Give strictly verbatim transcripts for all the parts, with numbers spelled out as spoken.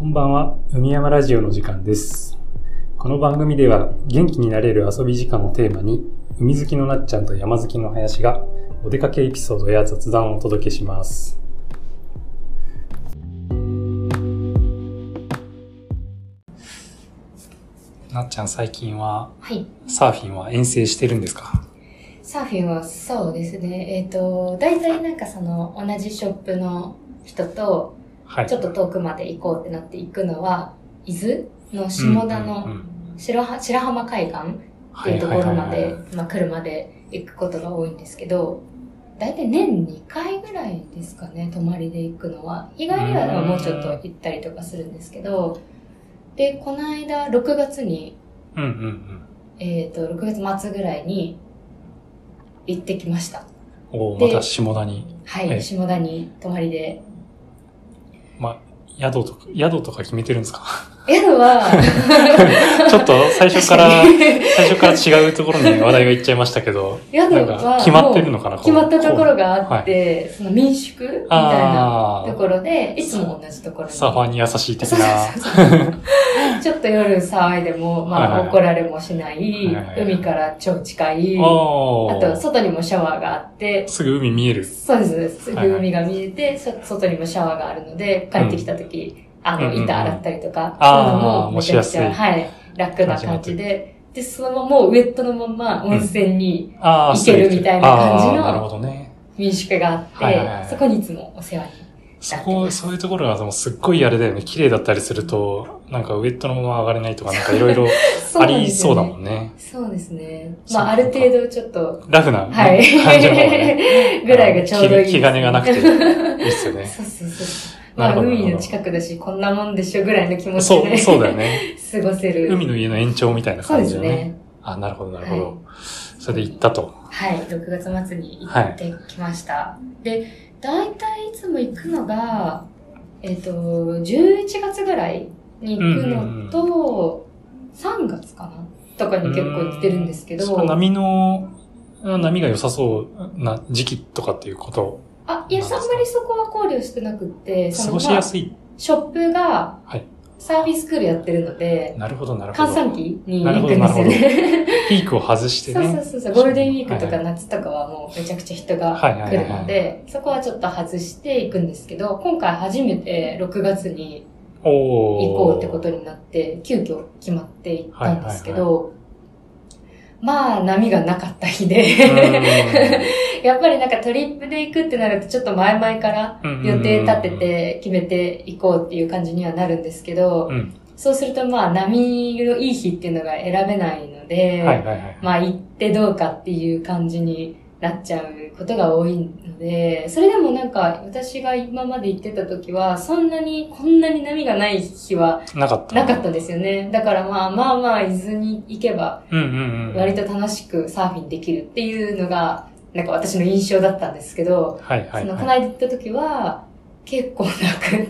こんばんは、海山ラジオの時間です。この番組では元気になれる遊び時間をテーマに、海好きのなっちゃんと山好きの林がお出かけエピソードや雑談をお届けします。なっちゃん、最近は、 はい、 サーフィンは遠征してるんですか？ サーフィンはそうですね。えっと、大体なんかその同じショップの人と、ちょっと遠くまで行こうってなって行くのは、伊豆の下田の白は白浜海岸っていうところまで、まあ車で行くことが多いんですけど、大体年にかいぐらいですかね、泊まりで行くのは。日帰りはもうちょっと行ったりとかするんですけど、で、この間ろくがつに、 うんうんうん、 えっと、ろくがつ末ぐらいに行ってきました。 おまた下田に。 はい、下田に泊まりで。 まあ、宿とか、宿とか決めてるんですか？ 宿は、 ちょっと最初から、最初から違うところに話題がいっちゃいましたけど、 宿は決まってるのかな？ 決まったところがあって、はい、その民宿みたいなところで、いつも同じところに。 サーファーに優しい的な。 ちょっと夜騒いでも、まあ、はいはい、怒られもしない、はいはい、海から超近い、あと外にもシャワーがあって、 すぐ海見える。 そうです、すぐ海が見えて、はいはい、外にもシャワーがあるので、帰ってきた時、うんあの、板洗ったりとか、そういうのもめちゃくちゃ、はい、楽な感じで、で、そのままもうウェットのまま温泉に行けるみたいな感じの民宿があって、そこにいつもお世話になってます。 そこ、そういうところがもうすっごいあれだよね、綺麗だったりすると、なんかウェットのまま上がれないとか、なんかいろいろありそうだもんね。 そうですね。まあ、ある程度ちょっと。 ラフな、ね、 はい、感じの方がね。ぐらいがちょうどいい、ね。 気兼ねがなくていいですよね。 そうそうそう。まあ、海の近くだし、こんなもんでしょぐらいの気持ちで、ね。 そう、そうだよね。 過ごせる。 海の家の延長みたいな感じだね。 そうですね。 あ、なるほど、なるほど、はい。それで行ったと。 はい、ろくがつ末に行ってきました。はい、で、だいたいいつも行くのが、えっと、じゅういちがつぐらいに行くのと、うんうんうん、さんがつかなとかに結構行ってるんですけど。 その波の、波が良さそうな時期とかっていうこと。 あ、いや、あんまりそこは考慮してなくって、 過ごしやすい。 ショップが、サーフィンスクールやってるので、 なるほど、なるほど。 閑散期に行くんですよね。 ピークを外してね。 そうそうそう。ゴールデンウィークとか夏とかはもうめちゃくちゃ人が来るので、そこはちょっと外していくんですけど、今回初めてろくがつに行こうってことになって、急遽決まって行ったんですけど、まあ、波がなかった日でやっぱりなんかトリップで行くってなるとちょっと前々から予定立てて決めて行こうっていう感じにはなるんですけど、うん、そうするとまあ波のいい日っていうのが選べないので、はいはいはい、まあ行ってどうかっていう感じになっちゃうことが多いので、それでもなんか私が今まで行ってた時はそんなにこんなに波がない日はなかったなかったんですよね。だからまあまあまあ伊豆に行けば割と楽しくサーフィンできるっていうのがなんか私の印象だったんですけど、はいはいはい、そのこの間行った時は結構なくって、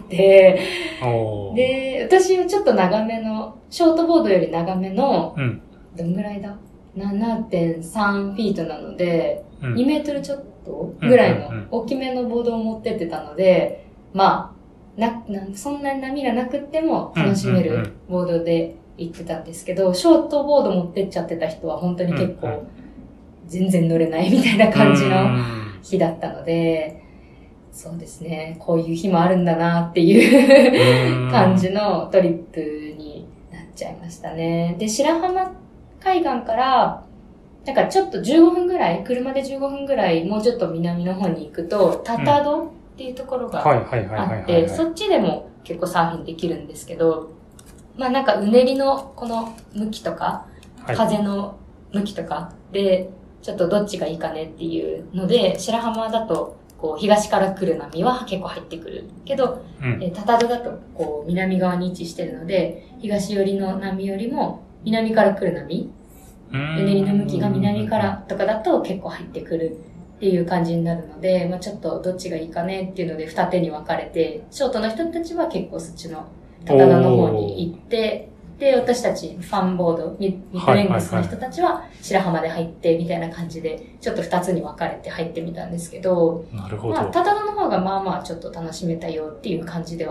で私はちょっと長めのショートボードより長めの、うん、どんぐらいだななてんさん フィートなので、うん、にメートルちょっとぐらいの大きめのボードを持ってってたので、まあ、な、な、そんなに波がなくっても楽しめるボードで行ってたんですけど、ショートボード持ってっちゃってた人は本当に結構全然乗れないみたいな感じの日だったので、そうですね、こういう日もあるんだなっていう感じのトリップになっちゃいましたね。で、白浜海岸から、なんかちょっとじゅうごふんぐらい、車でじゅうごふんぐらい、もうちょっと南の方に行くと、タタドっていうところがあって、そっちでも結構サーフィンできるんですけど、まあなんかうねりのこの向きとか、はい、風の向きとかで、ちょっとどっちがいいかねっていうので、白浜だと、こう東から来る波は結構入ってくるけど、うん、えタタドだとこう南側に位置してるので、東寄りの波よりも南から来る波、うねりの向きが南からとかだと結構入ってくるっていう感じになるので、まあちょっとどっちがいいかねっていうので二手に分かれて、ショートの人たちは結構そっちのタタドの方に行って、で、私たちファンボード、ミッドレングスの人たちは白浜で入ってみたいな感じで、ちょっと二つに分かれて入ってみたんですけど、 なるほど。 まあタタドの方がまあまあちょっと楽しめたよっていう感じでは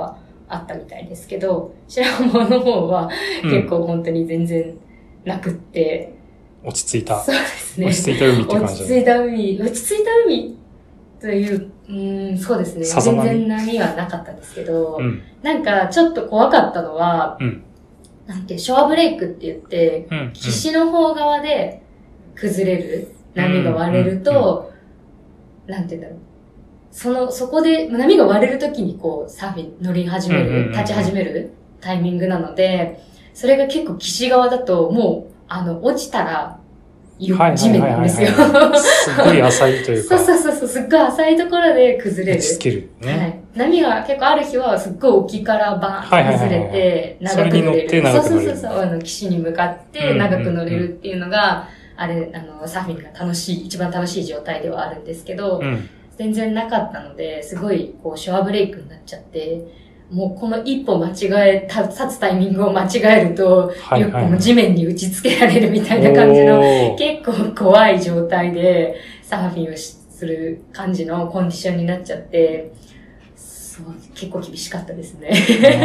あったみたいですけど、白浜の方は結構本当に全然なくって、 うん、落ち着いた。 そうですね。 落ち着いた海って感じ。 落ち着いた海、落ち着いた海という、うん、そうですね。全然波はなかったんですけど、うん、なんかちょっと怖かったのは、うん、なんてショアブレイクって言って、うん、岸の方側で崩れる、波が割れると、うんうんうん、なんて言うんだろう。その、そこで波が割れるときにこう、サーフィン乗り始める、立ち始めるタイミングなので、それが結構岸側だと、もう、あの、落ちたら、地面なんですよ。 すごい浅いというか。 そうそうそう、すっごい浅いところで崩れる。 打ちつける、ね。 はい。波が結構ある日は、すっごい沖からバーン崩れて、長く乗れる。そうそうそうそう、あの、岸に向かって長く乗れるっていうのが、あれ、あの、サーフィンが楽しい、一番楽しい状態ではあるんですけど、うん全然なかったので、すごい、こう、ショアブレイクになっちゃって、もうこの一歩間違え、立つタイミングを間違えると、はいはいはい、よく地面に打ち付けられるみたいな感じの、結構怖い状態で、サーフィンをする感じのコンディションになっちゃって、そう、結構厳しかったですね。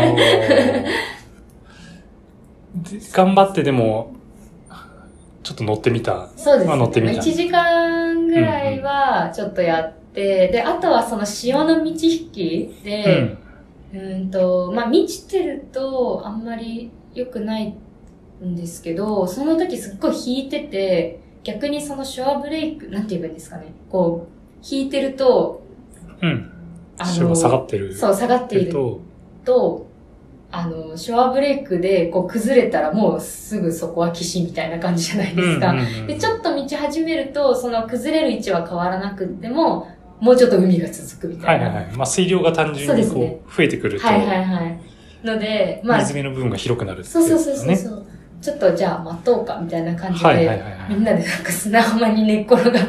頑張ってでも、ちょっと乗ってみた。 そうですね。 乗ってみた。 いちじかんぐらいはちょっとやって、うんうん、で、あとはその潮の満ち引きで、うん、うんと、まあ、満ちてるとあんまり良くないんですけど、その時すっごい引いてて、逆にそのショアブレイク、なんて言えばいいんですかね。こう、引いてると、 うん。あの、潮が下がってる。 そう、下がっていると、とあの、ショアブレイクでこう崩れたらもうすぐそこは岸みたいな感じじゃないですか。うんうんうん、で、ちょっと道始めると、その崩れる位置は変わらなくっても、もうちょっと海が続くみたいな。 はいはいはい。まあ水量が単純にこう、ね、増えてくると。 はいはいはい。ので、 まあ。水辺の部分が広くなるっていう、 ね。そうそうそうそう。ちょっとじゃあ待とうかみたいな感じで、はいはいはいはい、みんなでなんか砂浜に寝っ転がって、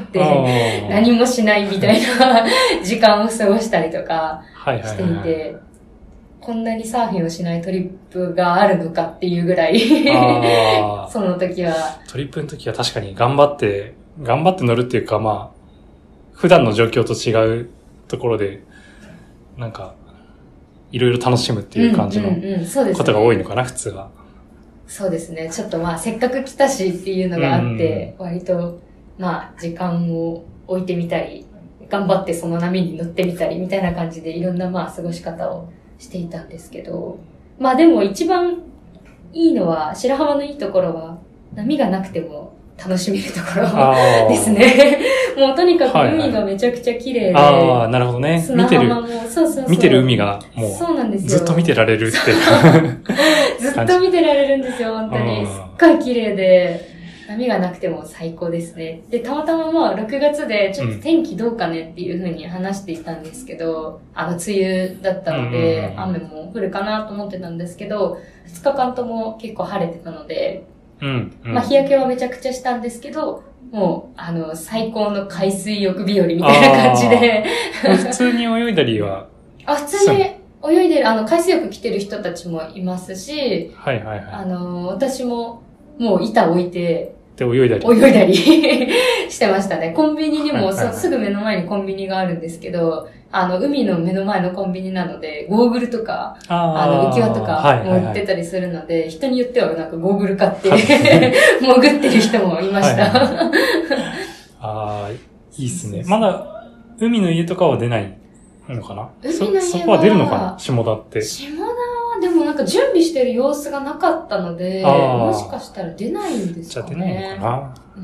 何もしないみたいな時間を過ごしたりとかしていて、はいはいはいはいこんなにサーフィンをしないトリップがあるのかっていうぐらいその時は。 トリップの時は確かに頑張って、頑張って乗るっていうかまあ、普段の状況と違うところで、なんか、いろいろ楽しむっていう感じのことが多いのかな、普通は。 そうですね。ちょっとまあ、せっかく来たしっていうのがあって、割と、まあ、時間を置いてみたり、頑張ってその波に乗ってみたりみたいな感じでいろんなまあ、過ごし方をしていたんですけど、まあでも一番いいのは、白浜のいいところは、波がなくても楽しめるところですね。もうとにかく海がめちゃくちゃ綺麗で。 はいはい、ああ、なるほどね。 砂浜も、そうそうそう。 見てる海がもう、 そうなんですよ。 ずっと見てられるって。 ずっと見てられるんですよ、本当に。すっごい綺麗で。波がなくても最高ですね。で、たまたままあろくがつでちょっと天気どうかねっていう風に話していたんですけど、うん、あの梅雨だったので、雨も降るかなと思ってたんですけど、ふつかかんとも結構晴れてたので、 うんうん、 まあ日焼けはめちゃくちゃしたんですけど、もう、あの、最高の海水浴日和みたいな感じで。 普通に泳いだりはあ、普通に泳いでる、あの、海水浴来てる人たちもいますし、 はいはいはい。 あの、私ももう板置いて、 で、泳いだり。 泳いだりしてましたね。コンビニにも、はいはいはい、すぐ目の前にコンビニがあるんですけど、あの、海の目の前のコンビニなので、ゴーグルとか、あ, あの、浮き輪とかも売ってたりするので、はいはいはい、人によってはなんかゴーグル買って潜ってる人もいました。はいはいはい、 ああ、いいっすね。まだ、海の家とかは出ないのかな？ 海の家はそ, そこは出るのかな？下田って。 下田はでもなんか準備してる様子がなかったので、もしかしたら出ないんですかね。 じゃあ出ないのかな？ うん、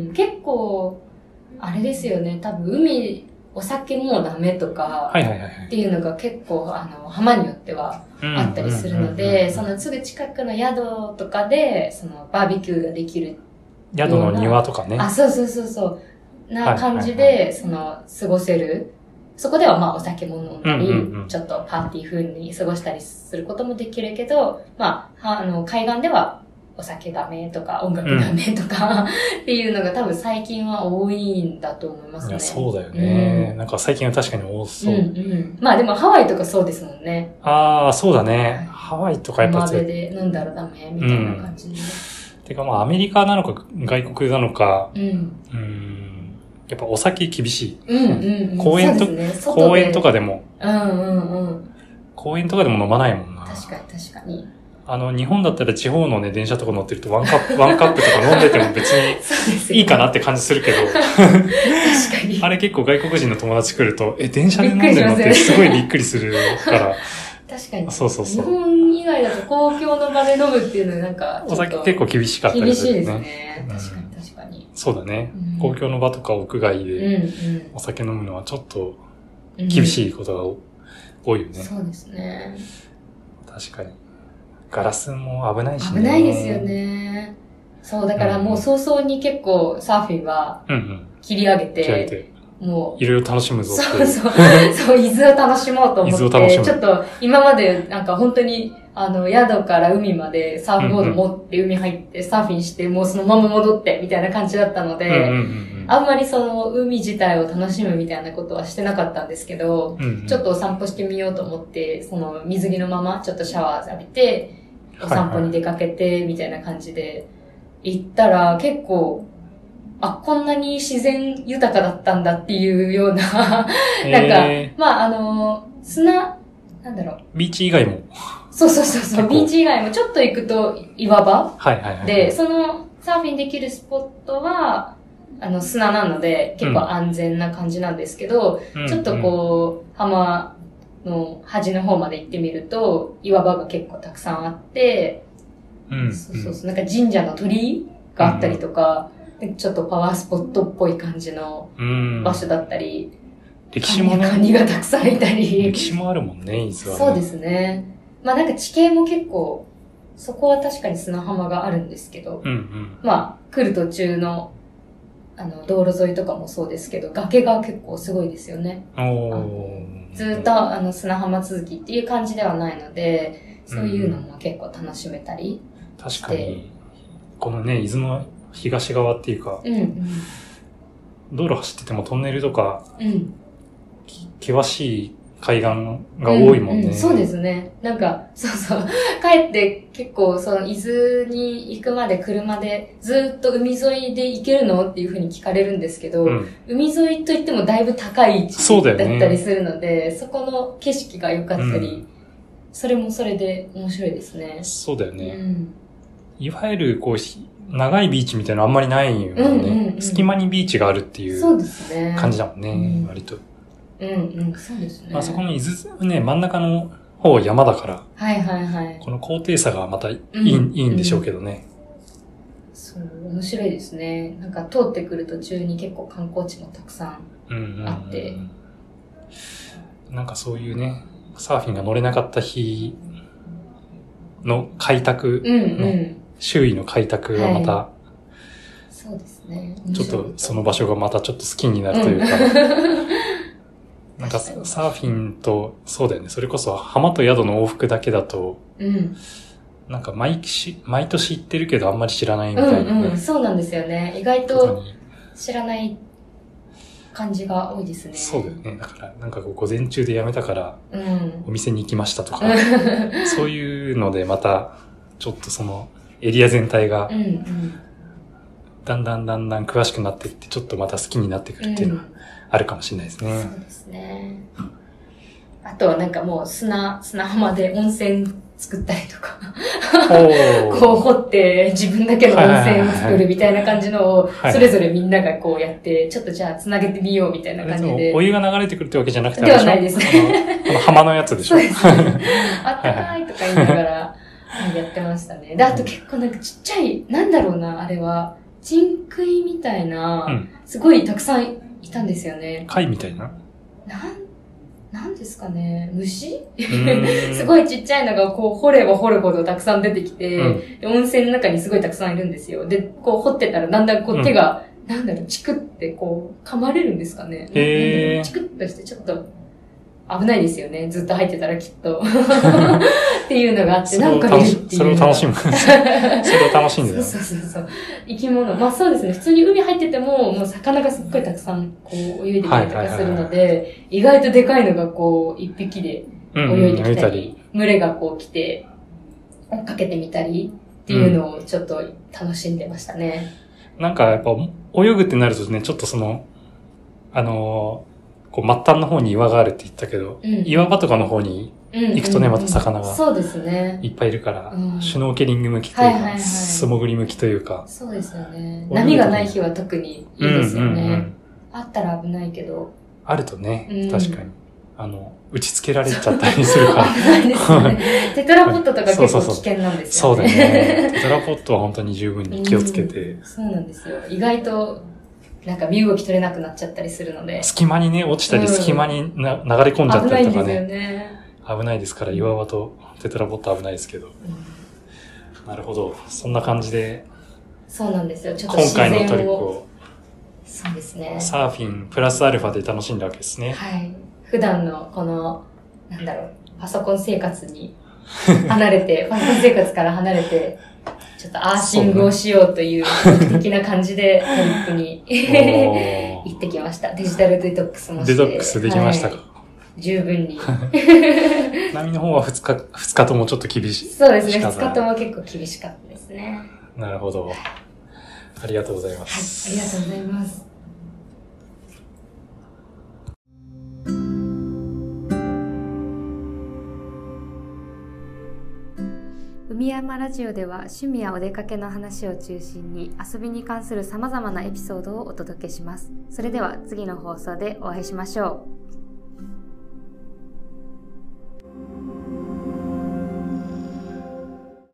結構、あれですよね。多分海、お酒もダメとか、っていうのが結構、あの、浜によってはあったりするので、そのすぐ近くの宿とかで、そのバーベキューができる。 宿の庭とかね。 あ、そうそうそうそう。な感じで、その、過ごせる。そこではまあお酒も飲んだり、うんうんうん、ちょっとパーティー風に過ごしたりすることもできるけど、まあ、あの、海岸ではお酒ダメとか音楽ダメとか、うん、っていうのが多分最近は多いんだと思いますね。 いや、そうだよね、うん。なんか最近は確かに多そう。 うんうん。まあでもハワイとかそうですもんね。 ああ、そうだね。ハワイとかやっぱ浜辺で飲んだらダメみたいな感じで、ねうん。てかまあアメリカなのか外国なのか、 うん。 うんやっぱお酒厳しい。 うんうんうん。 公園と、ね、公園とかでも。 うんうんうん。 公園とかでも飲まないもんな。 確かに確かに。 あの、日本だったら地方のね、電車とか乗ってるとワンカップ、ワンカップとか飲んでても別にいいかなって感じするけど。 確かに。 あれ結構外国人の友達来ると、え、電車で飲んでるのってすごいびっくりするから。 確かに。 そうそうそう。 日本以外だと公共の場で飲むっていうのはなんか、 お酒結構厳しかったりするね。 厳しいですね。確かに確かに。 そうだね。うん、公共の場とか屋外でお酒飲むのはちょっと厳しいことが多いよね。 うん、そうですね。 確かに。ガラスも危ないしね。危ないですよね。そう、だからもう早々に結構サーフィンは切り上げて、うんうん、切り上げてもう。 いろいろ楽しむぞって。 そうそう。そう、伊豆を楽しもうと思って、ちょっと今までなんか本当に、あの、宿から海までサーフボード持って海入ってサーフィンして、もうそのまま戻ってみたいな感じだったので、あんまりその海自体を楽しむみたいなことはしてなかったんですけど、うんうん、ちょっとお散歩してみようと思って、その水着のままちょっとシャワー浴びて、お散歩に出かけて、みたいな感じで行ったら結構、あ、こんなに自然豊かだったんだっていうような、なんか、まああの、砂、なんだろう。 ビーチ以外も。 そうそうそうそう、ビーチ以外もちょっと行くと岩場。 はいはいはい。 で、そのサーフィンできるスポットは、あの砂なので結構安全な感じなんですけど、うん、ちょっとこう、浜の端の方まで行ってみると、岩場が結構たくさんあって、うん、そうそうそう、なんか神社の鳥居があったりとか、うん、ちょっとパワースポットっぽい感じの場所だったり、うん歴史もね。 カニがたくさんいたり。 歴史もあるもんね、伊豆は、ね。 そうですね。まあなんか地形も結構、そこは確かに砂浜があるんですけど、 うんうん、 まあ来る途中の、あの、道路沿いとかもそうですけど、崖が結構すごいですよね。 おずっとあの砂浜続きっていう感じではないので、そういうのも結構楽しめたりして。確かに。このね、伊豆の東側っていうか、 うんうん、 道路走っててもトンネルとか、 うん険しい海岸が多いもんね、うんうん。 そうですね。なんか、そうそう。帰って結構、その伊豆に行くまで車でずっと海沿いで行けるのっていうふうに聞かれるんですけど、うん、海沿いといってもだいぶ高い位置だったりするので、そ, ね、そこの景色が良かったり、うん、それもそれで面白いですね。 そうだよね。 うん、 いわゆるこう、長いビーチみたいなのあんまりないよね、 うんうんうん。 隙間にビーチがあるっていう感じだもんね、うん、割と。 うんうん、そうですね。 まあそこの伊豆ね、真ん中の方は山だから。 はいはいはい。 この高低差がまたいい、うん、いいんでしょうけどね、 うん。そう、面白いですね。なんか通ってくる途中に結構観光地もたくさんあって。うんうんうん、なんかそういうね、サーフィンが乗れなかった日の開拓の、うんうん、周囲の開拓がまた、はい、 そうですね。 ちょっとその場所がまたちょっと好きになるというか、うんなんかサーフィンと、そうだよね。それこそ浜と宿の往復だけだと、 うん、 なんか毎年、毎年行ってるけどあんまり知らないみたいなね。 うんうん、そうなんですよね。意外と知らない感じが多いですね。 そうだよね。だからなんかこう午前中で辞めたから、お店に行きましたとか、 うん、 そういうのでまた、ちょっとそのエリア全体が、 うんうん、 だんだんだんだん詳しくなっていって、ちょっとまた好きになってくるっていうのは、うんあるかもしれないですね。 そうですね。あとはなんかもう砂、砂浜で温泉作ったりとか。こう掘って自分だけの温泉を作るみたいな感じのを、それぞれみんながこうやって、ちょっとじゃあ繋げてみようみたいな感じで。 お湯が流れてくるってわけじゃなくてではないですね。 この浜のやつでしょ。 そうですね。あったかいとか言いながらやってましたね。で、あと結構なんかちっちゃい、なんだろうな、あれは、ジンクイみたいな、すごいたくさんいたんですよね。 貝みたいななん、なんですかね。虫すごいちっちゃいのがこう掘れば掘るほどたくさん出てきて、うん、で温泉の中にすごいたくさんいるんですよ。で、こう掘ってたらだんだんこう手が、うん、なんだろう、チクってこう噛まれるんですかね。 へー。 チクッとしてちょっと危ないですよね。ずっと入ってたらきっと。っていうのがあって、なんかいるっていう。 それを楽しむ。それを楽しんでる。 そうそうそう。生き物。まあそうですね。普通に海入ってても、もう魚がすっごいたくさんこう泳いでたりとかするので、意外とでかいのがこう一匹で泳いできたり、うん、群れがこう来て追っかけてみたりっていうのをちょっと楽しんでましたね。 うん、なんかやっぱ泳ぐってなるとね、ちょっとその、あのー、こう末端の方に岩があるって言ったけど、うん、岩場とかの方に行くとね、また魚がそうですね。 いっぱいいるから、 うんシュノーケリング向きというか、素潜り向きというか。 そうですよね。波がない日は特にいいですよね。うんうんうん、あったら危ないけど。 あるとね、うん、確かに。あの、打ち付けられちゃったりするから。 危ないですよね。テトラポットとか結構危険なんですよね。 そうだね。テトラポットは本当に十分に気をつけて。 うん、そうなんですよ。意外と、なんか身動き取れなくなっちゃったりするので。 隙間にね、落ちたり、隙間にな流れ込んじゃったりとかね。危ないですよね。危ないですから、岩場とテトラポット危ないですけど。うん、なるほど。そんな感じで。 そうなんですよ。ちょっと自然を今回のトリップを。そうですね。 サーフィンプラスアルファで楽しんだわけですね。 はい。普段のこの、なんだろう、パソコン生活に離れて、パソコン生活から離れて、ちょっとアーシングをしようという目的な感じでトリップに行ってきました。デジタルデトックスもして。 デトックスできましたか、はい、 十分に。 波の方は二日、二日ともちょっと厳しい。 そうですね。二日とも結構厳しかったですね。 なるほど。ありがとうございます。 はい、ありがとうございます。海山ラジオでは趣味やお出かけの話を中心に遊びに関する様々なエピソードをお届けします。それでは次の放送でお会いしましょう。